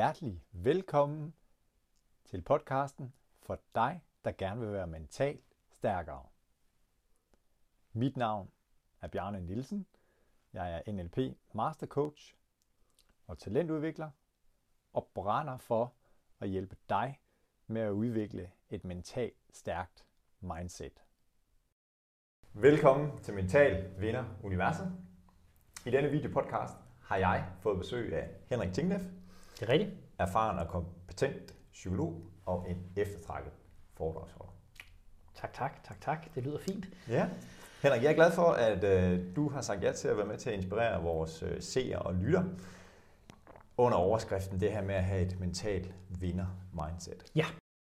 hjertelig velkommen til podcasten for dig, der gerne vil være mentalt stærkere. Mit navn er Bjarne Nielsen. Jeg er NLP Master Coach og talentudvikler og brænder for at hjælpe dig med at udvikle et mentalt stærkt mindset. Velkommen til Mental Vinder Universet. I denne videopodcast har jeg fået besøg af Henrik Tingleff. Det er rigtigt. Erfaren og kompetent psykolog og en eftertragtet foredragsholder. Tak. Det lyder fint. Ja. Henrik, jeg er glad for, at du har sagt ja til at være med til at inspirere vores seere og lytter under overskriften det her med at have et mentalt vinder-mindset. Ja.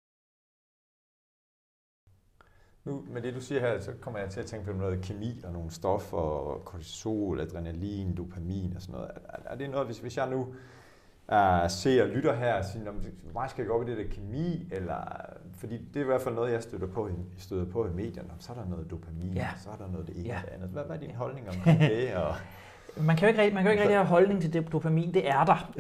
Nu med det, du siger her, så kommer jeg til at tænke på noget kemi og nogle stoffer, kortisol, adrenalin, dopamin og sådan noget. Er det noget, hvis jeg nu ser og lytter her og siger, hvor skal jeg gå op i det der kemi? Eller, fordi det er i hvert fald noget, jeg støder på i medierne. Så er der noget dopamin, så er der noget det ene og det andet. Hvad er din holdning omkring det? Og Man kan jo ikke rigtig have holdning til det dopamin. Det er der.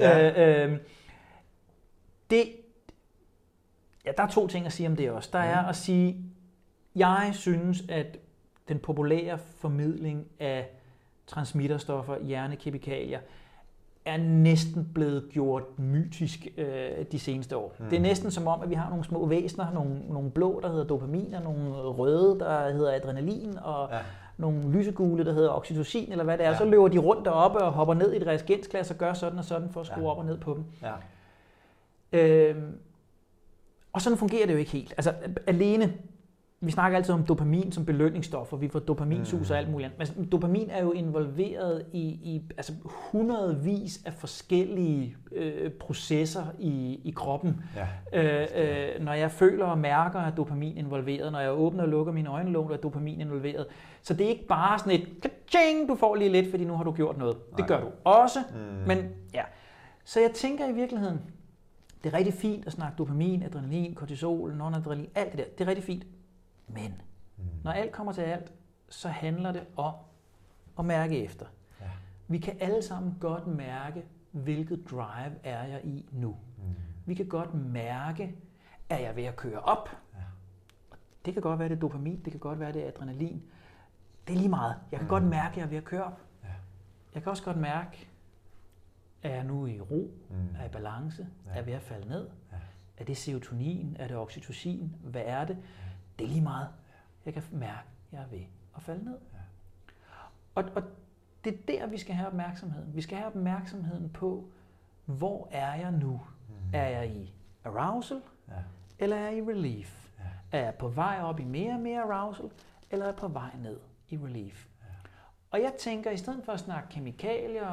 Ja. Der er to ting at sige om det også. Der er at sige, jeg synes, at den populære formidling af transmitterstoffer, hjernekemikalier, er næsten blevet gjort mytisk de seneste år. Det er næsten som om, at vi har nogle små væsener, nogle blå, der hedder dopamin, og nogle røde, der hedder adrenalin, og nogle lysegule, der hedder oxytocin, eller hvad det er. Så løber de rundt deroppe og hopper ned i et reagensglas og gør sådan og sådan for at skrue op og ned på dem. Ja. Og sådan fungerer det jo ikke helt. Altså alene, vi snakker altid om dopamin som belønningsstof, og vi får dopaminsus og alt muligt andet. Men dopamin er jo involveret i hundredvis af forskellige processer i kroppen. Ja. Når jeg føler og mærker, at dopamin er involveret. Når jeg åbner og lukker mine øjenlåg, er dopamin involveret. Så det er ikke bare sådan et ka-ching, du får lige lidt, fordi nu har du gjort noget. Nej. Det gør du også. Men ja. Så jeg tænker i virkeligheden, det er rigtig fint at snakke dopamin, adrenalin, kortisol, non-adrenalin, alt det der. Det er rigtig fint. Men når alt kommer til alt, så handler det om at mærke efter. Ja. Vi kan alle sammen godt mærke, hvilket drive er jeg i nu. Vi kan godt mærke, at jeg er ved at køre op. Ja. Det kan godt være, det er dopamin, det kan godt være, det er adrenalin. Det er lige meget. Jeg kan godt mærke, at jeg er ved at køre op. Ja. Jeg kan også godt mærke, at jeg nu i ro, er jeg i balance, er jeg ved at falde ned. Ja. Er det serotonin? Er det oxytocin? Hvad er det? Det er lige meget. Jeg kan mærke, at jeg er ved at falde ned. Ja. Og det er der, vi skal have opmærksomheden. Vi skal have opmærksomheden på, hvor er jeg nu? Er jeg i arousal, eller er jeg i relief? Ja. Er jeg på vej op i mere og mere arousal, eller er jeg på vej ned i relief? Ja. Og jeg tænker, i stedet for at snakke kemikalier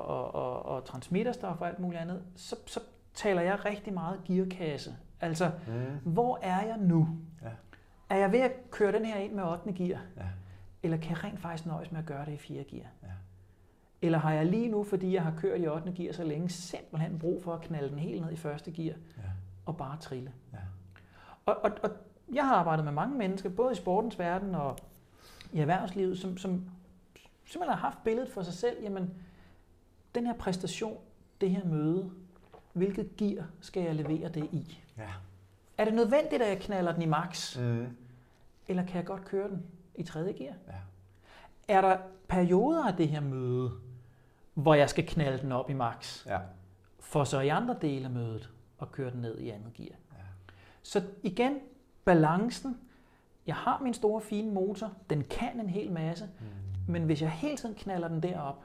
og transmitterstoffer og alt muligt andet, så taler jeg rigtig meget gearkasse. Altså, hvor er jeg nu? Ja. Er jeg ved at køre den her ind med 8. gear? Ja. Eller kan jeg rent faktisk nøjes med at gøre det i 4. gear? Ja. Eller har jeg lige nu, fordi jeg har kørt i 8. gear så længe, simpelthen brug for at knalde den helt ned i 1. gear og bare trille? Ja. Og jeg har arbejdet med mange mennesker, både i sportens verden og i erhvervslivet, som simpelthen har haft billedet for sig selv. Jamen, den her præstation, det her møde, hvilket gear skal jeg levere det i? Ja. Er det nødvendigt, at jeg knalder den i max? Eller kan jeg godt køre den i 3. gear? Ja. Er der perioder af det her møde, hvor jeg skal knalde den op i max? Ja. For så i andre dele af mødet at køre den ned i 2. gear? Ja. Så igen, balancen. Jeg har min store fine motor. Den kan en hel masse. Men hvis jeg hele tiden knalder den derop,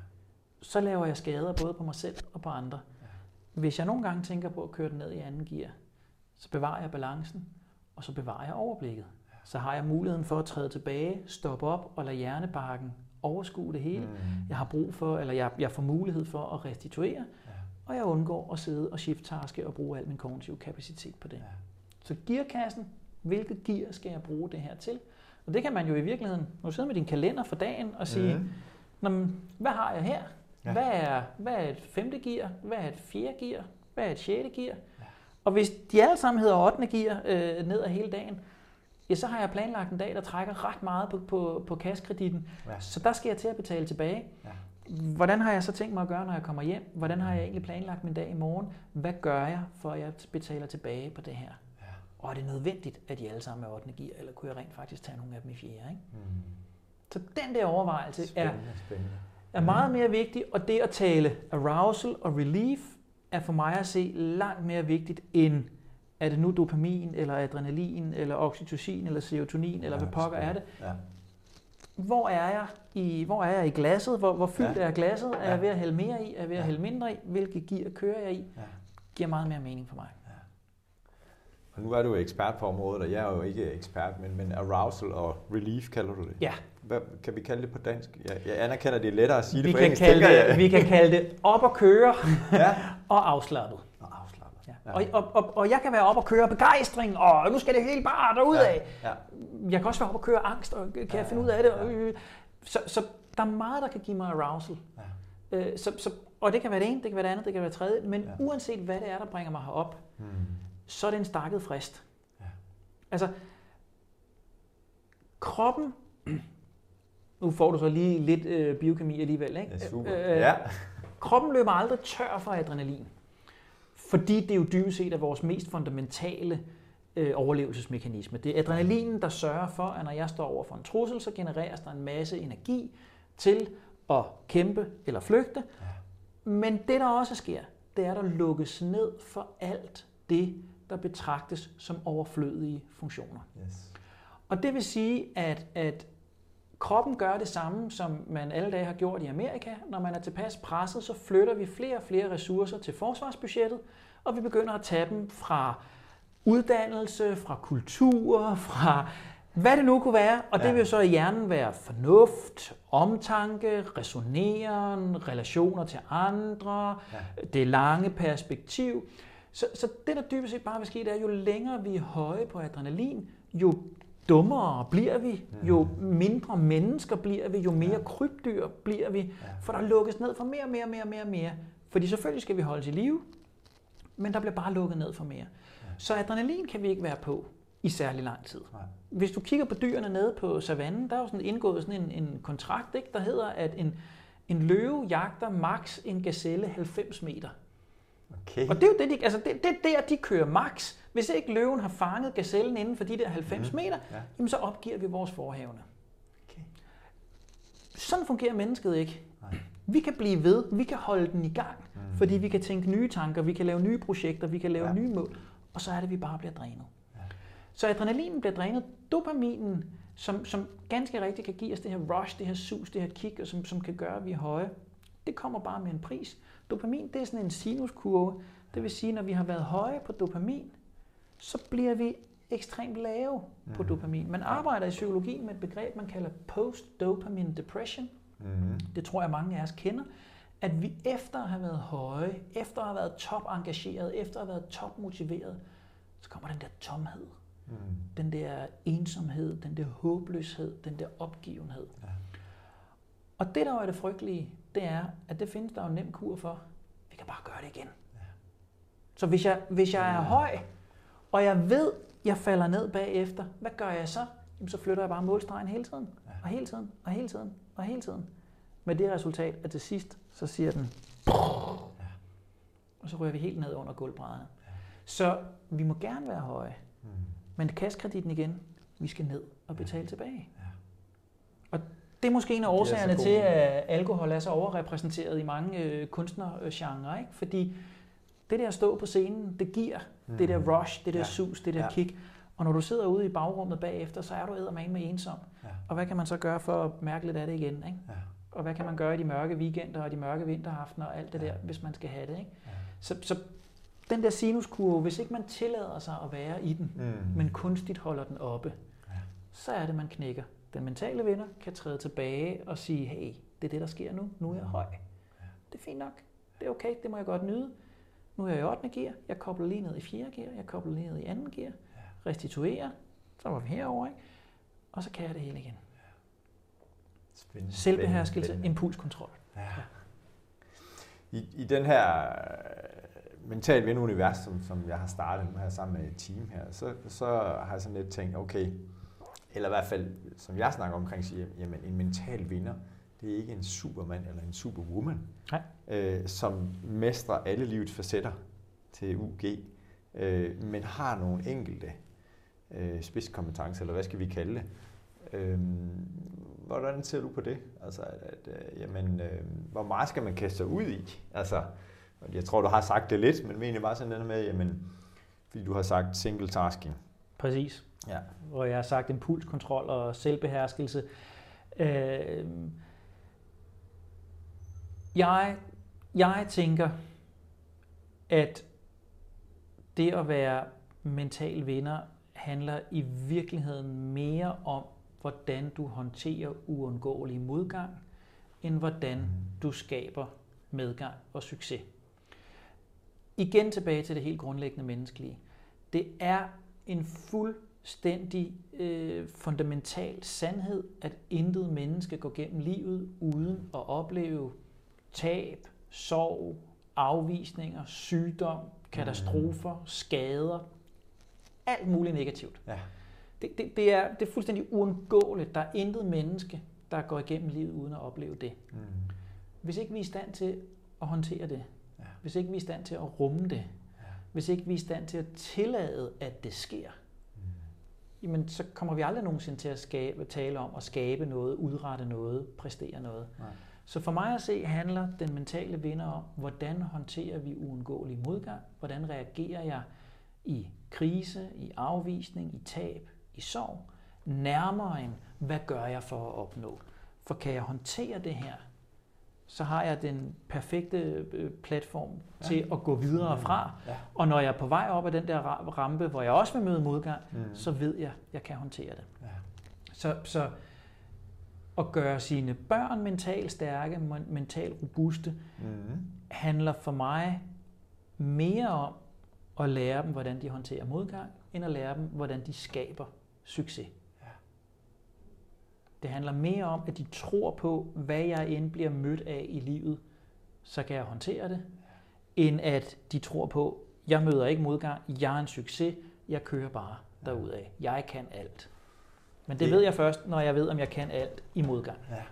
så laver jeg skader både på mig selv og på andre. Ja. Hvis jeg nogle gange tænker på at køre den ned i 2. gear, så bevarer jeg balancen, og så bevarer jeg overblikket. Så har jeg muligheden for at træde tilbage, stoppe op og lade hjernebarken overskue det hele. Jeg har brug for, eller jeg får mulighed for at restituere, og jeg undgår at sidde og shift-taske og bruge al min kognitive kapacitet på det. Ja. Så gearkassen, hvilket gear skal jeg bruge det her til? Og det kan man jo i virkeligheden, når du sidder med din kalender for dagen og sige, hvad har jeg her? Ja. Hvad er et 5. gear? Hvad er et 4. gear? Hvad er et 6. gear? Ja. Og hvis de alle sammen hedder 8. gear ned ad hele dagen, ja, så har jeg planlagt en dag, der trækker ret meget på kaskreditten. Ja. Så der skal jeg til at betale tilbage. Ja. hvordan har jeg så tænkt mig at gøre, når jeg kommer hjem? Hvordan har jeg egentlig planlagt min dag i morgen? Hvad gør jeg, for at jeg betaler tilbage på det her? Ja. Og er det nødvendigt, at de alle sammen er 8. gear, eller kunne jeg rent faktisk tage nogle af dem i 4. Ikke? Så den der overvejelse er meget mere vigtig, og det at tale arousal og relief er for mig at se langt mere vigtigt end, er det nu dopamin, eller adrenalin, eller oxytocin, eller serotonin, eller hvad pokker er det? Ja. Hvor er jeg i glasset? Hvor fyldt er glasset? Er jeg ved at hælde mere i? Er jeg ved at hælde mindre i? Hvilke gear kører jeg i? Giver meget mere mening for mig. Ja. Og nu er du jo ekspert på området, og jeg er jo ikke ekspert, men arousal og relief kalder du det? Ja. Hvad kan vi kalde det på dansk? Jeg anerkender, det er lettere at sige det på engelsk. Vi kan kalde det op og køre og afslappet. Ja. Og jeg kan være op og køre begejstring, og nu skal det hele bare derudad. Ja. Jeg kan også være op og køre angst, og kan jeg finde ud af det. Så der er meget, der kan give mig arousal. Ja. Og det kan være det ene, det kan være det andet, det kan være det tredje. Men uanset hvad det er, der bringer mig herop, så er det en stakket frist. Ja. Altså, kroppen... Nu får du så lige lidt biokemi alligevel, ikke? Ja, super. Kroppen løber aldrig tør for adrenalin. Fordi det jo dybest set er vores mest fundamentale overlevelsesmekanisme. Det er adrenalinen, der sørger for, at når jeg står over for en trussel, så genereres der en masse energi til at kæmpe eller flygte. Ja. Men det, der også sker, det er, at der lukkes ned for alt det, der betragtes som overflødige funktioner. Yes. Og det vil sige, at kroppen gør det samme, som man alle dage har gjort i Amerika. Når man er tilpas presset, så flytter vi flere og flere ressourcer til forsvarsbudgettet, og vi begynder at tage dem fra uddannelse, fra kultur, fra hvad det nu kunne være. Og det vil så i hjernen være fornuft, omtanke, resoneren, relationer til andre, det lange perspektiv. Så det, der dybest set bare vil ske, det er, jo længere vi er høje på adrenalin, jo dummere bliver vi, jo mindre mennesker bliver vi, jo mere krybdyr bliver vi, for der lukkes ned for mere. Fordi selvfølgelig skal vi holde til live, men der bliver bare lukket ned for mere. Ja. Så adrenalin kan vi ikke være på i særlig lang tid. Nej. Hvis du kigger på dyrene nede på savannen, der er jo sådan indgået sådan en kontrakt, ikke, der hedder, at en løve jagter max en gazelle 90 meter. Okay. Og det er jo det, det er der, de kører max. Hvis ikke løven har fanget gazellen inden for de der 90 meter, jamen så opgiver vi vores forhavne. Okay. Sådan fungerer mennesket ikke. Nej. Vi kan blive ved, vi kan holde den i gang, fordi vi kan tænke nye tanker, vi kan lave nye projekter, vi kan lave nye mål, og så er det, vi bare bliver drænet. Ja. Så adrenalinen bliver drænet, dopaminen, som ganske rigtigt kan give os det her rush, det her sus, det her kick, og som kan gøre, at vi er høje, det kommer bare med en pris. Dopamin, det er sådan en sinuskurve. Det vil sige, når vi har været høje på dopamin, så bliver vi ekstremt lave på dopamin. Man arbejder i psykologien med et begreb, man kalder post-dopamine depression. Det tror jeg, mange af os kender. At vi efter at have været høje, efter at have været top-engageret, efter at have været top-motiveret, så kommer den der tomhed. Den der ensomhed, den der håbløshed, den der opgivenhed. Ja. Og det, der er det frygtelige, det er, at det findes der jo en nem kur for. Vi kan bare gøre det igen. Ja. Så hvis jeg er høj, og jeg ved, jeg falder ned bagefter, hvad gør jeg så? Jamen, så flytter jeg bare målstregen hele tiden. Ja. Og hele tiden, og hele tiden, og hele tiden. Med det resultat, at til sidst, så siger den, og så ryger vi helt ned under gulvbrædderne. Ja. Så vi må gerne være høje, men kassekreditten igen, vi skal ned og betale tilbage. Ja. Og det er måske en af årsagerne til, at alkohol er så overrepræsenteret i mange kunstnergenrer, ikke? Fordi det der at stå på scenen, det giver det der rush, det der sus, det der kick. Og når du sidder ude i bagrummet bagefter, så er du eddermame med ensom. Ja. Og hvad kan man så gøre for at mærke lidt af det igen, ikke? Ja. Og hvad kan man gøre i de mørke weekender og de mørke vinteraftener og alt det der, hvis man skal have det, ikke? Ja. Så den der sinuskurve, hvis ikke man tillader sig at være i den, men kunstigt holder den oppe, så er det, man knækker. Den mentale vinder kan træde tilbage og sige, hey, det er det, der sker nu. Nu er jeg høj. Det er fint nok. Det er okay. Det må jeg godt nyde. Nu er jeg i 8. gear. Jeg kobler lige ned i 4. gear. Jeg kobler lige ned i 2. gear. Restituerer. Så var vi herovre, ikke? Og så kan jeg det hele igen. Spændende. Selvbeherskelse, impulskontrol. Ja. I den her mental vindunivers, som jeg har startet nu her sammen med et team her, så har jeg sådan lidt tænkt, okay, eller i hvert fald, som jeg snakker omkring, siger, jamen en mental vinder, Det er ikke en supermand eller en superwoman, Nej. som mestrer alle livets facetter til UG, men har nogle enkelte spidskompetencer, eller hvad skal vi kalde det. Hvordan ser du på det? Altså, hvor meget skal man kaste sig ud i? Altså, jeg tror, du har sagt det lidt, men egentlig bare sådan noget med, fordi du har sagt single tasking. Præcis. Ja. Hvor jeg har sagt impulskontrol og selvbeherskelse. Jeg tænker, at det at være mental vinder handler i virkeligheden mere om, hvordan du håndterer uundgåelig modgang, end hvordan du skaber medgang og succes. Igen tilbage til det helt grundlæggende menneskelige. Det er en fuldstændig fundamental sandhed, at intet menneske går gennem livet uden at opleve tab, sorg, afvisninger, sygdom, katastrofer, skader, alt muligt negativt. Ja. Det er fuldstændig uundgåeligt. Der er intet menneske, der går igennem livet uden at opleve det. Hvis ikke vi er i stand til at håndtere det, hvis ikke vi er i stand til at rumme det, hvis ikke vi er i stand til at tillade, at det sker, jamen så kommer vi aldrig nogensinde til at tale om at skabe noget, udrette noget, præstere noget. Nej. Så for mig at se handler den mentale vinder om, hvordan håndterer vi uundgåelig modgang, hvordan reagerer jeg i krise, i afvisning, i tab, i sorg, nærmere end, hvad gør jeg for at opnå? For kan jeg håndtere det her, så har jeg den perfekte platform til at gå videre fra. Ja. Og når jeg er på vej op ad den der rampe, hvor jeg også vil møde modgang, så ved jeg, at jeg kan håndtere det. Ja. Så at gøre sine børn mentalt stærke, mentalt robuste, handler for mig mere om at lære dem, hvordan de håndterer modgang, end at lære dem, hvordan de skaber succes. Ja. Det handler mere om, at de tror på, hvad jeg end bliver mødt af i livet, så kan jeg håndtere det, end at de tror på, jeg møder ikke modgang, jeg er en succes, jeg kører bare derudad. Jeg kan alt. Men det ved jeg først, når jeg ved, om jeg kan alt i modgang. Ja.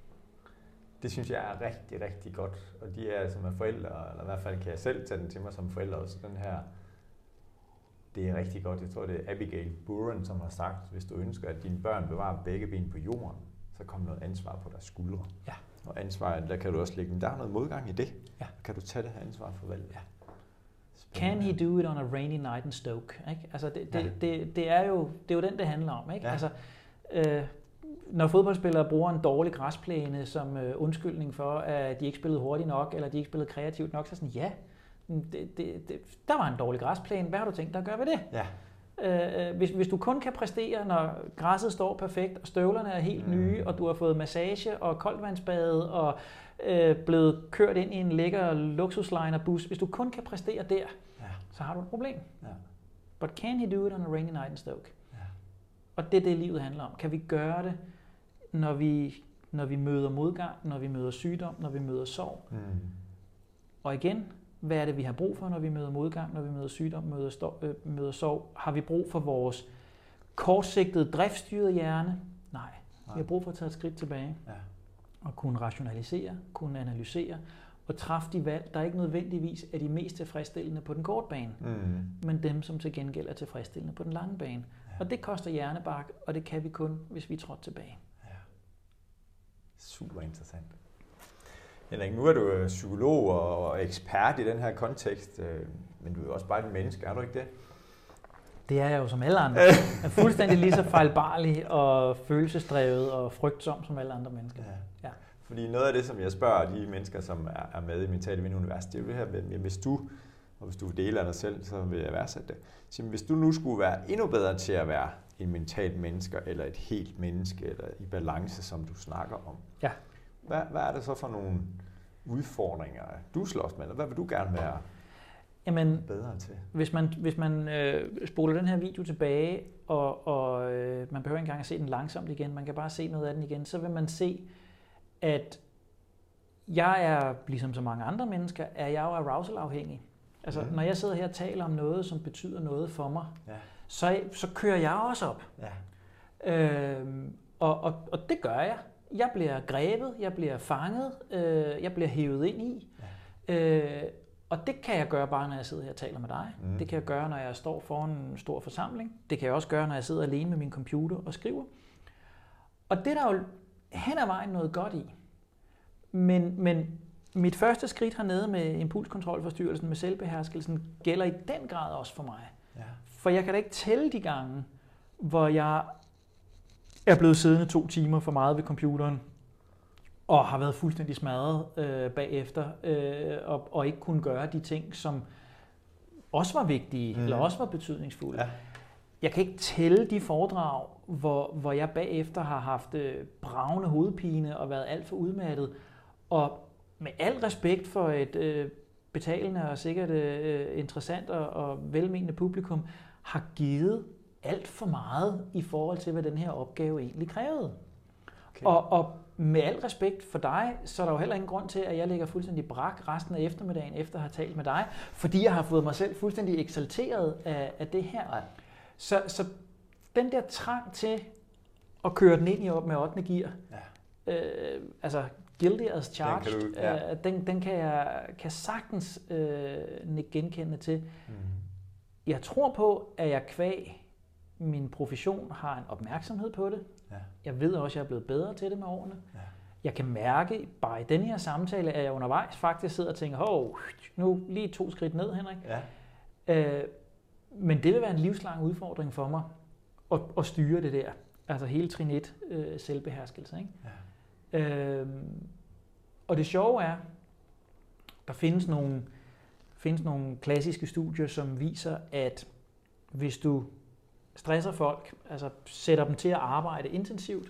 Det synes jeg er rigtig, rigtig godt. Og de er som er forældre, eller i hvert fald kan jeg selv tage den til mig som forældre også, den her, det er rigtig godt. Jeg tror, det er Abigail Buren, som har sagt, hvis du ønsker, at dine børn bevarer begge ben på jorden, så kommer noget ansvar på deres skuldre. Ja. Og ansvar, der kan du også lægge, men der er noget modgang i det. Ja. Kan du tage det her ansvar for valget? Ja. Can he do it on a rainy night in Stoke? Ikke? Altså det er jo den, det handler om. Ikke? Ja. Altså, når fodboldspillere bruger en dårlig græsplæne som undskyldning for, at de ikke spillede hurtigt nok, eller de ikke spillede kreativt nok, så sådan, ja, der var en dårlig græsplæne. Hvad har du tænkt dig at gøre ved det? Ja. Hvis du kun kan præstere, når græsset står perfekt, og støvlerne er helt nye, og du har fået massage og koldvandsbade, og blevet kørt ind i en lækker luksuslinerbus, hvis du kun kan præstere der, så har du et problem. Ja. But can he do it on a rainy night in Stoke? Ja. Og det er det, livet handler om. Kan vi gøre det, når vi møder modgang, når vi møder sygdom, når vi møder sorg? Og igen, hvad er det, vi har brug for, når vi møder modgang, når vi møder sygdom, møder sorg? Har vi brug for vores kortsigtede, driftstyrede hjerne? Nej. Vi har brug for at tage et skridt tilbage. Ja. Og kunne rationalisere, kunne analysere og træffe de valg, der ikke nødvendigvis er de mest tilfredsstillende på den korte bane, men dem, som til gengæld er tilfredsstillende på den lange bane. Ja. Og det koster hjernebark, og det kan vi kun, hvis vi trådte tilbage. Ja. Super interessant. Henrik, nu er du psykolog og ekspert i den her kontekst, men du er også bare et menneske, er du ikke det? Det er jeg jo som alle andre. Jeg er fuldstændig lige så fejlbarlig og følelsesdrevet og frygtsom som alle andre mennesker. Ja. Fordi noget af det, som jeg spørger de mennesker, som er med i Mentale Vinder Univers, det er jo det her med, hvis du deler dig selv, så vil jeg værdsætte det. Så hvis du nu skulle være endnu bedre til at være en mentalt menneske, eller et helt menneske, eller i balance, som du snakker om, hvad er det så for nogle udfordringer, du slås med, eller hvad vil du gerne være bedre til? Hvis man spoler den her video tilbage, og man behøver ikke engang at se den langsomt igen, man kan bare se noget af den igen, så vil man se, at jeg er, ligesom så mange andre mennesker, er jeg jo arousal-afhængig. Altså, når jeg sidder her og taler om noget, som betyder noget for mig, så kører jeg også op. Ja. Og det gør jeg. Jeg bliver grebet, jeg bliver fanget, jeg bliver hævet ind i. Ja. Og det kan jeg gøre bare, når jeg sidder her og taler med dig. Det kan jeg gøre, når jeg står foran en stor forsamling. Det kan jeg også gøre, når jeg sidder alene med min computer og skriver. Og det er der jo hen ad vejen noget godt i. Men mit første skridt hernede med impulskontrolforstyrrelsen, med selvbeherskelsen, gælder i den grad også for mig. Ja. For jeg kan da ikke tælle de gange, hvor jeg er blevet siddende 2 timer for meget ved computeren, og har været fuldstændig smadret bagefter, og ikke kunne gøre de ting, som også var vigtige, eller også var betydningsfulde. Ja. Jeg kan ikke tælle de foredrag, hvor jeg bagefter har haft bravende hovedpine og været alt for udmattet, og med al respekt for et betalende og sikkert interessant og velmenende publikum, har givet alt for meget i forhold til, hvad den her opgave egentlig krævede. Okay. Og med al respekt for dig, så er der jo heller ingen grund til, at jeg ligger fuldstændig brak resten af eftermiddagen, efter at have talt med dig, fordi jeg har fået mig selv fuldstændig eksalteret af det her. Nej. Så den der trang til at køre den ind i op med 8. gear, altså guilty as charged, den kan jeg sagtens nikke genkendende til. Jeg tror på, at jeg kvæg min profession har en opmærksomhed på det. Ja. Jeg ved også, at jeg er blevet bedre til det med årene. Ja. Jeg kan mærke, bare i denne her samtale, at jeg undervejs faktisk sidder og tænker, nu lige 2 skridt ned, Henrik. Ja. Men det vil være en livslang udfordring for mig at styre det der. Altså hele trin 1 selvbeherskelse. Ikke? Ja. Og det sjove er, der findes nogle klassiske studier, som viser, at hvis du stresser folk, altså sætter dem til at arbejde intensivt,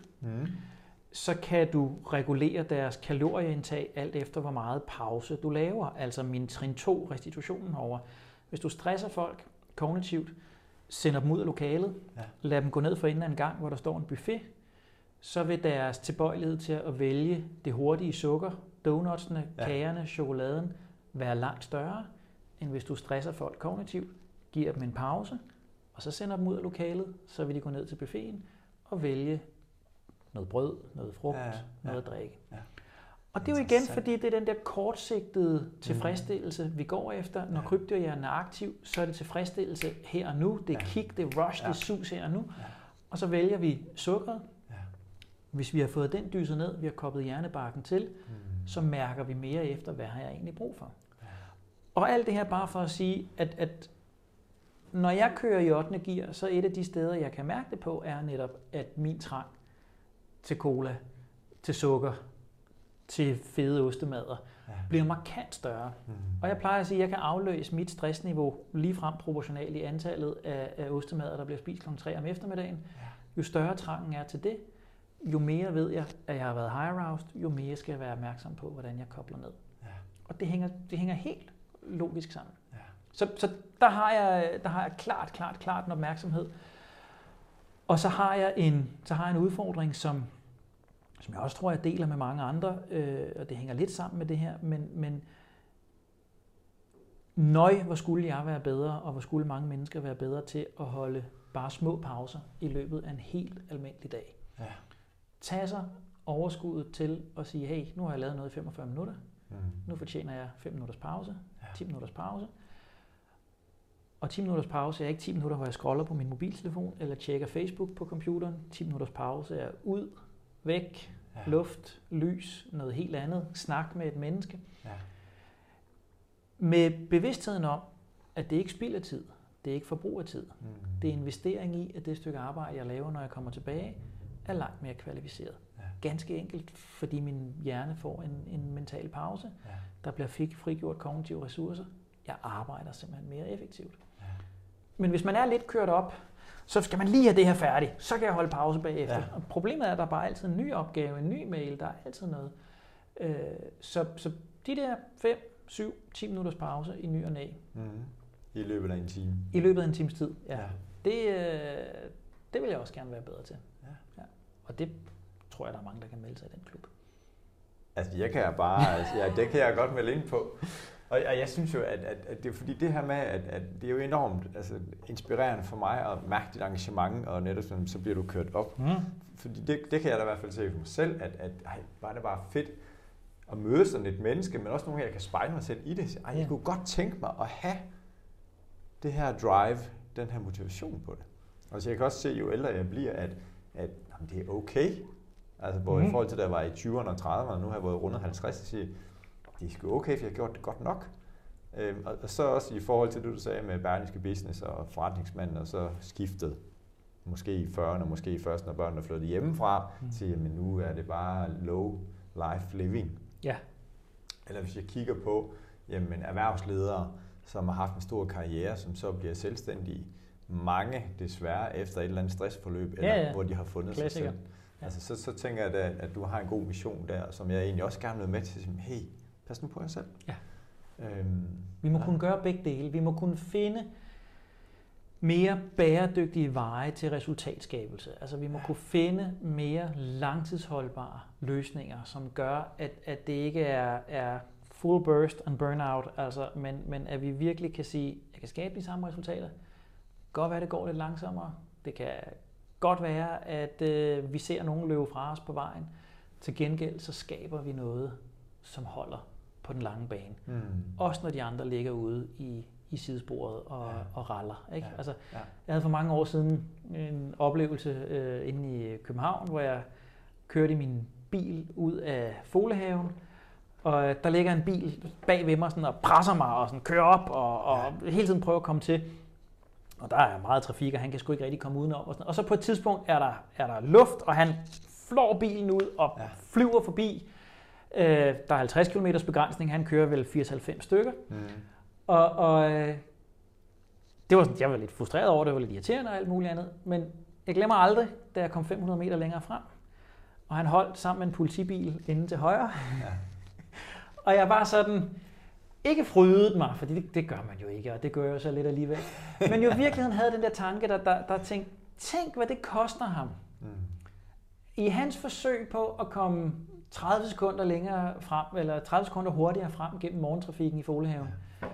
så kan du regulere deres kalorieindtag alt efter, hvor meget pause du laver. Altså min trin 2 restitutionen over. Hvis du stresser folk kognitivt, sender dem ud af lokalet, lader dem gå ned for enden af en gang, hvor der står en buffet, så vil deres tilbøjelighed til at vælge det hurtige sukker, donutsene, kagerne, chokoladen, være langt større, end hvis du stresser folk kognitivt, giver dem en pause, og så sender dem ud af lokalet, så vil de gå ned til buffeten og vælge noget brød, noget frugt, noget at drikke. Ja. Og det er jo igen, fordi det er den der kortsigtede tilfredsstillelse, vi går efter. Når krybdyrhjernen er aktiv, så er det tilfredsstillelse her og nu. Det er kick, det er rush, det er sus her og nu. Ja. Og så vælger vi sukkeret. Ja. Hvis vi har fået den dyset ned, vi har koblet hjernebarken til, så mærker vi mere efter, hvad har jeg egentlig brug for. Ja. Og alt det her bare for at sige, at når jeg kører i 8. gear, så et af de steder, jeg kan mærke det på, er netop, at min trang til cola, til sukker, til fede ostemader, bliver markant større. Og jeg plejer at sige, at jeg kan afløse mit stressniveau ligefrem proportionalt i antallet af ostemader, der bliver spist kl. 3 om eftermiddagen. Jo større trangen er til det, jo mere ved jeg, at jeg har været high-aroused, jo mere skal jeg være opmærksom på, hvordan jeg kobler ned. Og det hænger helt logisk sammen. Så der har jeg klart en opmærksomhed. Og så har jeg en udfordring, som jeg også tror, jeg deler med mange andre, og det hænger lidt sammen med det her, men hvor skulle jeg være bedre, og hvor skulle mange mennesker være bedre til at holde bare små pauser i løbet af en helt almindelig dag. Ja. Tag sig overskuddet til at sige, hey, nu har jeg lavet noget i 45 minutter, nu fortjener jeg 5 minutters pause, 10 minutters pause. Og 10 minutters pause er ikke 10 minutter, hvor jeg scroller på min mobiltelefon, eller tjekker Facebook på computeren. 10 minutters pause er ud, væk, luft, lys, noget helt andet, snak med et menneske. Ja. Med bevidstheden om, at det ikke spilder tid, det er ikke forbrug af tid. Det er investering i, at det stykke arbejde, jeg laver, når jeg kommer tilbage, er langt mere kvalificeret. Ja. Ganske enkelt, fordi min hjerne får en mental pause. Ja. Der bliver frigjort kognitive ressourcer. Jeg arbejder simpelthen mere effektivt. Ja. Men hvis man er lidt kørt op, så skal man lige have det her færdigt. Så kan jeg holde pause bagefter. Ja. Og problemet er, at der bare altid en ny opgave, en ny mail, der er altid noget. Så de der 5, 7, 10 minutters pause i ny og næ. I løbet af en time. I løbet af en times tid, ja. Det vil jeg også gerne være bedre til. Ja. Og det tror jeg, der er mange, der kan melde sig i den klub. Altså, jeg kan bare, det kan jeg godt melde ind på. Og jeg synes jo, at det er fordi det her med, at det er jo enormt inspirerende for mig at mærke dit engagement, og netop sådan, så bliver du kørt op. Fordi det kan jeg da i hvert fald se for mig selv, at var det bare fedt at møde sådan et menneske, men også nogle jeg kan spejle mig selv i det. Jeg kunne godt tænke mig at have det her drive, den her motivation på det. Og så jeg kan også se, jo ældre jeg bliver, at jamen, det er okay. Altså både i forhold til, da jeg var i 20'erne og 30'erne, og nu har jeg været rundet 50, så siger det er sgu okay, for jeg har gjort det godt nok. Og så også i forhold til det, du sagde med Berlingske Business og forretningsmanden, og så skiftet måske i 40'erne, måske i 40'erne, når børnene er flyttet hjemmefra, til at nu er det bare low life living. Ja. Eller hvis jeg kigger på jamen, erhvervsledere, som har haft en stor karriere, som så bliver selvstændige, mange desværre efter et eller andet stressforløb, eller hvor de har fundet sig selv. Ja. Altså, så tænker jeg da, at du har en god mission der, som jeg egentlig også gerne vil med til at sige, hey, pas nu på jer selv. Ja. Vi må kunne gøre begge dele. Vi må kunne finde mere bæredygtige veje til resultatskabelse. Altså vi må kunne finde mere langtidsholdbare løsninger, som gør, at det ikke er full burst and burnout, altså, men at vi virkelig kan sige, jeg kan skabe de samme resultater. Godt være, det går lidt langsommere. Det kan godt være, at vi ser nogen løbe fra os på vejen. Til gengæld så skaber vi noget, som holder på den lange bane. Også når de andre ligger ude i sidesporet og raller. Ikke? Altså, jeg havde for mange år siden en oplevelse inde i København, hvor jeg kørte min bil ud af Folehaven, og der ligger en bil bag ved mig sådan, og presser mig og sådan, kører op og hele tiden prøver at komme til. Og der er meget trafik, og han kan sgu ikke rigtig komme udenom. Og så på et tidspunkt er der luft, og han flår bilen ud og flyver forbi. Der er 50 km begrænsning, han kører vel 80-90 stykker. Og det var sådan, jeg var lidt frustreret over det, var lidt irriterende og alt muligt andet. Men jeg glemmer aldrig, da jeg kom 500 meter længere frem, og han holdt sammen med en politibil inde til højre. Ja. Og jeg var sådan, ikke frydede mig, for det gør man jo ikke, og det gør jeg jo så lidt alligevel. Men jo i virkeligheden havde den der tanke, der tænkte, tænk hvad det koster ham. I hans forsøg på at komme 30 sekunder længere frem, eller 30 sekunder hurtigere frem gennem morgentrafikken i Folehaven.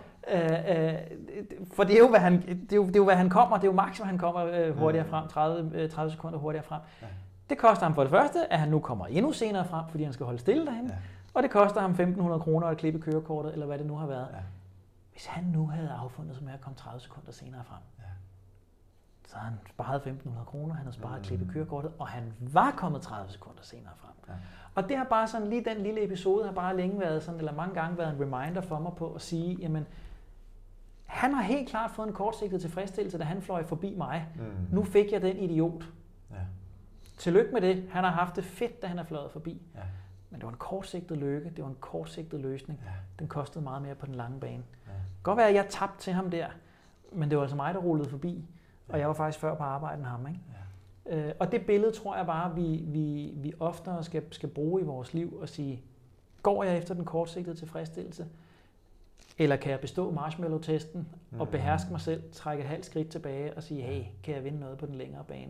For det er jo, hvad han kommer, det er jo maksimum, han kommer hurtigere frem, 30 sekunder hurtigere frem. Det koster ham for det første, at han nu kommer endnu senere frem, fordi han skal holde stille derhen. Og det koster ham 1.500 kroner at klippe kørekortet, eller hvad det nu har været. Hvis han nu havde affundet sig med at komme 30 sekunder senere frem, så havde han sparet 1.500 kroner, han havde sparet at klippe kørekortet, og han var kommet 30 sekunder senere frem. Og det har bare sådan, lige den lille episode har bare længe været sådan, eller mange gange været en reminder for mig på at sige, jamen, han har helt klart fået en kortsigtet tilfredsstillelse, da han fløj forbi mig. Nu fik jeg den idiot. Tillykke med det. Han har haft det fedt, da han er fløjet forbi. Men det var en kortsigtet lykke, det var en kortsigtet løsning. Den kostede meget mere på den lange bane. Godt være, at jeg tabte til ham der, men det var altså mig, der rullede forbi. Og jeg var faktisk før på arbejde end ham. Ikke? Og det billede tror jeg bare, vi oftere skal bruge i vores liv og sige, går jeg efter den kortsigtede tilfredsstillelse? Eller kan jeg bestå marshmallow-testen og beherske mig selv, trække et halvt skridt tilbage og sige, hey, kan jeg vinde noget på den længere bane?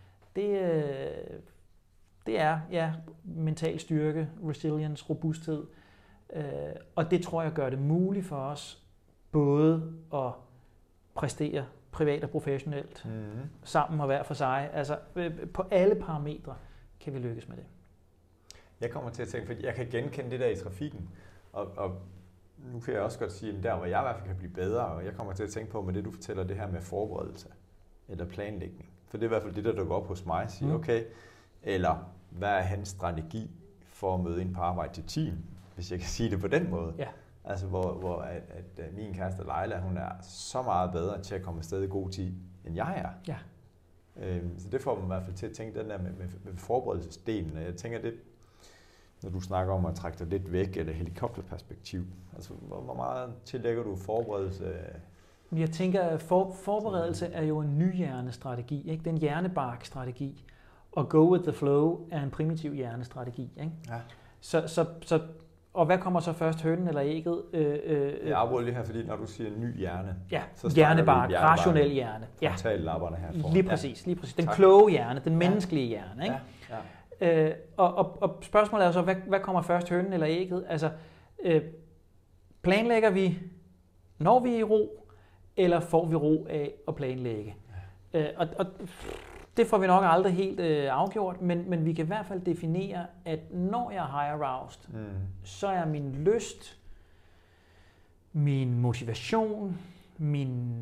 Det er mental styrke, resilience, robusthed. Og det tror jeg gør det muligt for os både at præstere privat og professionelt, sammen og hver for sig. Altså på alle parametre kan vi lykkes med det. Jeg kommer til at tænke, fordi jeg kan genkende det der i trafikken, og nu kan jeg også godt sige, at der hvor jeg i hvert fald kan blive bedre, og jeg kommer til at tænke på med det, du fortæller, det her med forberedelse eller planlægning. For det er i hvert fald det, der dukker op hos mig og siger, okay, eller hvad er hans strategi for at møde ind på arbejde til team, hvis jeg kan sige det på den måde. Ja. Altså hvor at min kæreste Leila, hun er så meget bedre til at komme afsted i god tid, end jeg er. Ja. Så det får man i hvert fald til at tænke den der med forberedelsesdelen. Og jeg tænker det, når du snakker om at trække dig lidt væk, eller helikopterperspektiv. Altså hvor meget tillægger du forberedelse? Jeg tænker, at forberedelse er jo en nyhjernestrategi, ikke? Det er en hjernebarkstrategi. Og go with the flow er en primitiv hjernestrategi. Ikke? Ja. Så og hvad kommer så først, hønen eller ægget? Jeg afbryder lige her, fordi når du siger ny hjerne, så hjernebark, rationel hjerne. Frontallapperne her foran. Lige præcis. Den kloge hjerne, den menneskelige hjerne. Ikke? Og spørgsmålet er så, hvad kommer først, hønen eller ægget? Altså, planlægger vi, når vi er i ro, eller får vi ro af at planlægge? Og det får vi nok aldrig helt afgjort, men vi kan i hvert fald definere, at når jeg er high aroused, så er min lyst, min motivation, min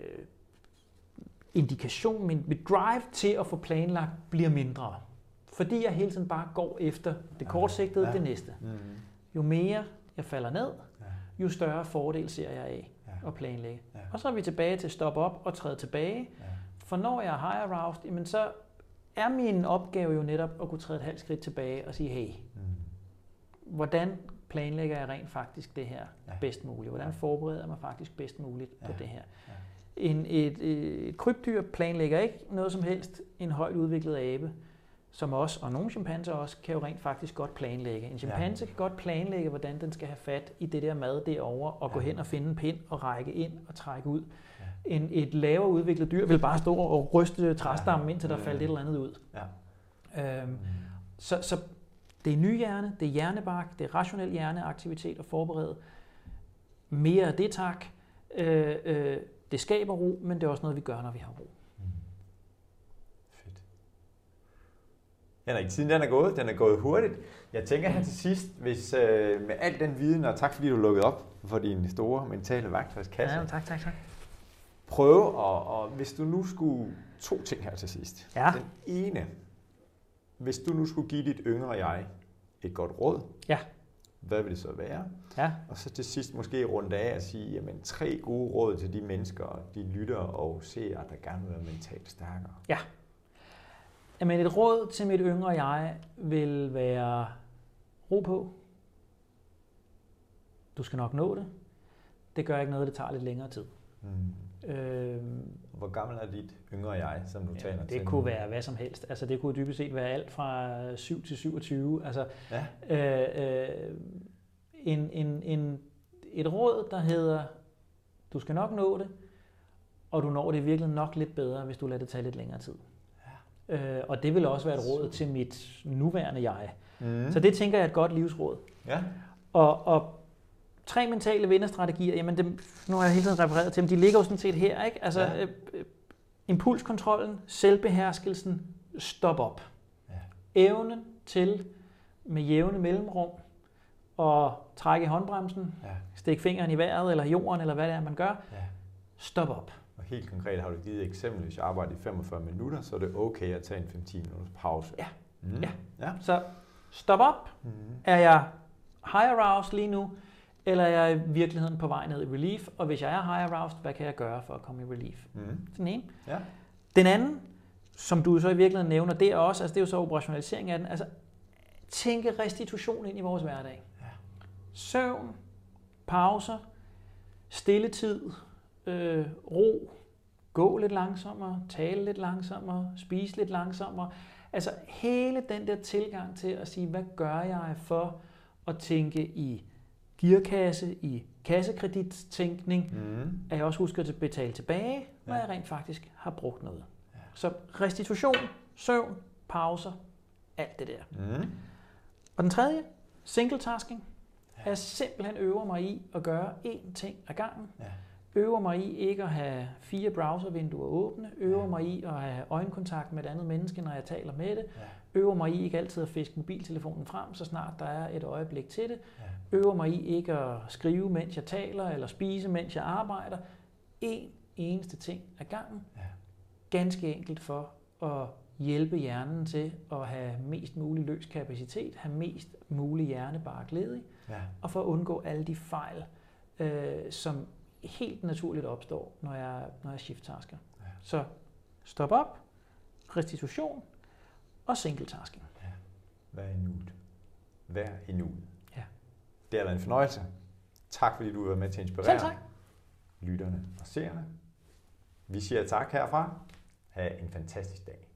indikation, mit drive til at få planlagt bliver mindre. Fordi jeg hele tiden bare går efter det kortsigtede, det næste. Jo mere jeg falder ned, jo større fordel ser jeg af at planlægge. Og så er vi tilbage til stop op og træde tilbage. For når jeg er high aroused, jamen så er min opgave jo netop at kunne træde et halvt skridt tilbage og sige, hey, hvordan planlægger jeg rent faktisk det her bedst muligt? Hvordan forbereder jeg mig faktisk bedst muligt på det her? Et krybdyr planlægger ikke noget som helst. En højt udviklet abe, som os, og nogle chimpanser også, kan jo rent faktisk godt planlægge. En chimpanse kan godt planlægge, hvordan den skal have fat i det der mad derovre, og gå hen og finde en pind og række ind og trække ud. Et lavere udviklet dyr vil bare stå og ryste træstammen, indtil der faldt et eller andet ud. Så det er nyhjerne, det er hjernebark, det er rationel hjerneaktivitet og forberede. Mere af det, tak. Det skaber ro, men det er også noget, vi gør, når vi har ro. Fedt. Henrik, tiden den er gået hurtigt. Jeg tænker her til sidst, hvis med al den viden, og tak fordi du lukkede op for din store mentale værktøjskasse. Ja, tak. Prøve, og hvis du nu skulle 2 ting her til sidst. Ja. Den ene, hvis du nu skulle give dit yngre jeg et godt råd, hvad vil det så være? Ja. Og så til sidst måske runde af at sige, jamen 3 gode råd til de mennesker, de lytter og ser, der gerne vil være mentalt stærkere. Ja. Jamen et råd til mit yngre jeg vil være ro på. Du skal nok nå det. Det gør ikke noget, det tager lidt længere tid. Hvor gammel er dit yngre jeg, som du taler til? Det kunne være hvad som helst. Altså det kunne dybest set være alt fra 7 til 27. Altså et råd, der hedder, du skal nok nå det, og du når det virkelig nok lidt bedre, hvis du lader det tage lidt længere tid. Og det vil også være et råd til mit nuværende jeg. Så det tænker jeg er et godt livsråd. Ja. Og 3 mentale vinderstrategier, jamen dem, nu har jeg hele tiden refereret til dem, de ligger jo sådan set her, ikke? Altså impulskontrollen, selvbeherskelsen, stop op. Evnen til med jævne mellemrum at trække i håndbremsen, stikke fingeren i vejret eller jorden, eller hvad det er, man gør. Stop op. Og helt konkret har du givet et eksempel, hvis jeg arbejder i 45 minutter, så er det okay at tage en 5-10 minutters pause. Ja. Så stop op. Er jeg high aroused lige nu, eller er jeg i virkeligheden på vej ned i relief? Og hvis jeg er high aroused, hvad kan jeg gøre for at komme i relief? Den ene. Den anden, som du så i virkeligheden nævner, det er også, altså det er jo så operationalisering af den, altså tænke restitution ind i vores hverdag. Søvn, pauser, stilletid, ro, gå lidt langsommere, tale lidt langsommere, spise lidt langsommere. Altså hele den der tilgang til at sige, hvad gør jeg for at tænke i gearkasse, i kassekredittænkning, at jeg også husker at betale tilbage, når jeg rent faktisk har brugt noget. Så restitution, søvn, pauser, alt det der. Og den tredje, singletasking, er simpelthen øver mig i at gøre én ting ad gangen. Øver mig i ikke at have 4 browservinduer åbne. Øver mig i at have øjenkontakt med et andet menneske, når jeg taler med det. Øver mig i ikke altid at fiske mobiltelefonen frem, så snart der er et øjeblik til det. Øver mig i ikke at skrive, mens jeg taler, eller spise, mens jeg arbejder. En eneste ting ad gangen. Ganske enkelt for at hjælpe hjernen til at have mest mulig løs kapacitet, have mest mulig hjernebark ledig, og for at undgå alle de fejl, som helt naturligt opstår, når jeg shift-tasker. Så stop op, restitution og single-tasking. Vær i nuet. Vær i nuet. Det har været en fornøjelse. Tak fordi du var med til at inspirere lytterne og seerne. Vi siger tak herfra. Ha' en fantastisk dag.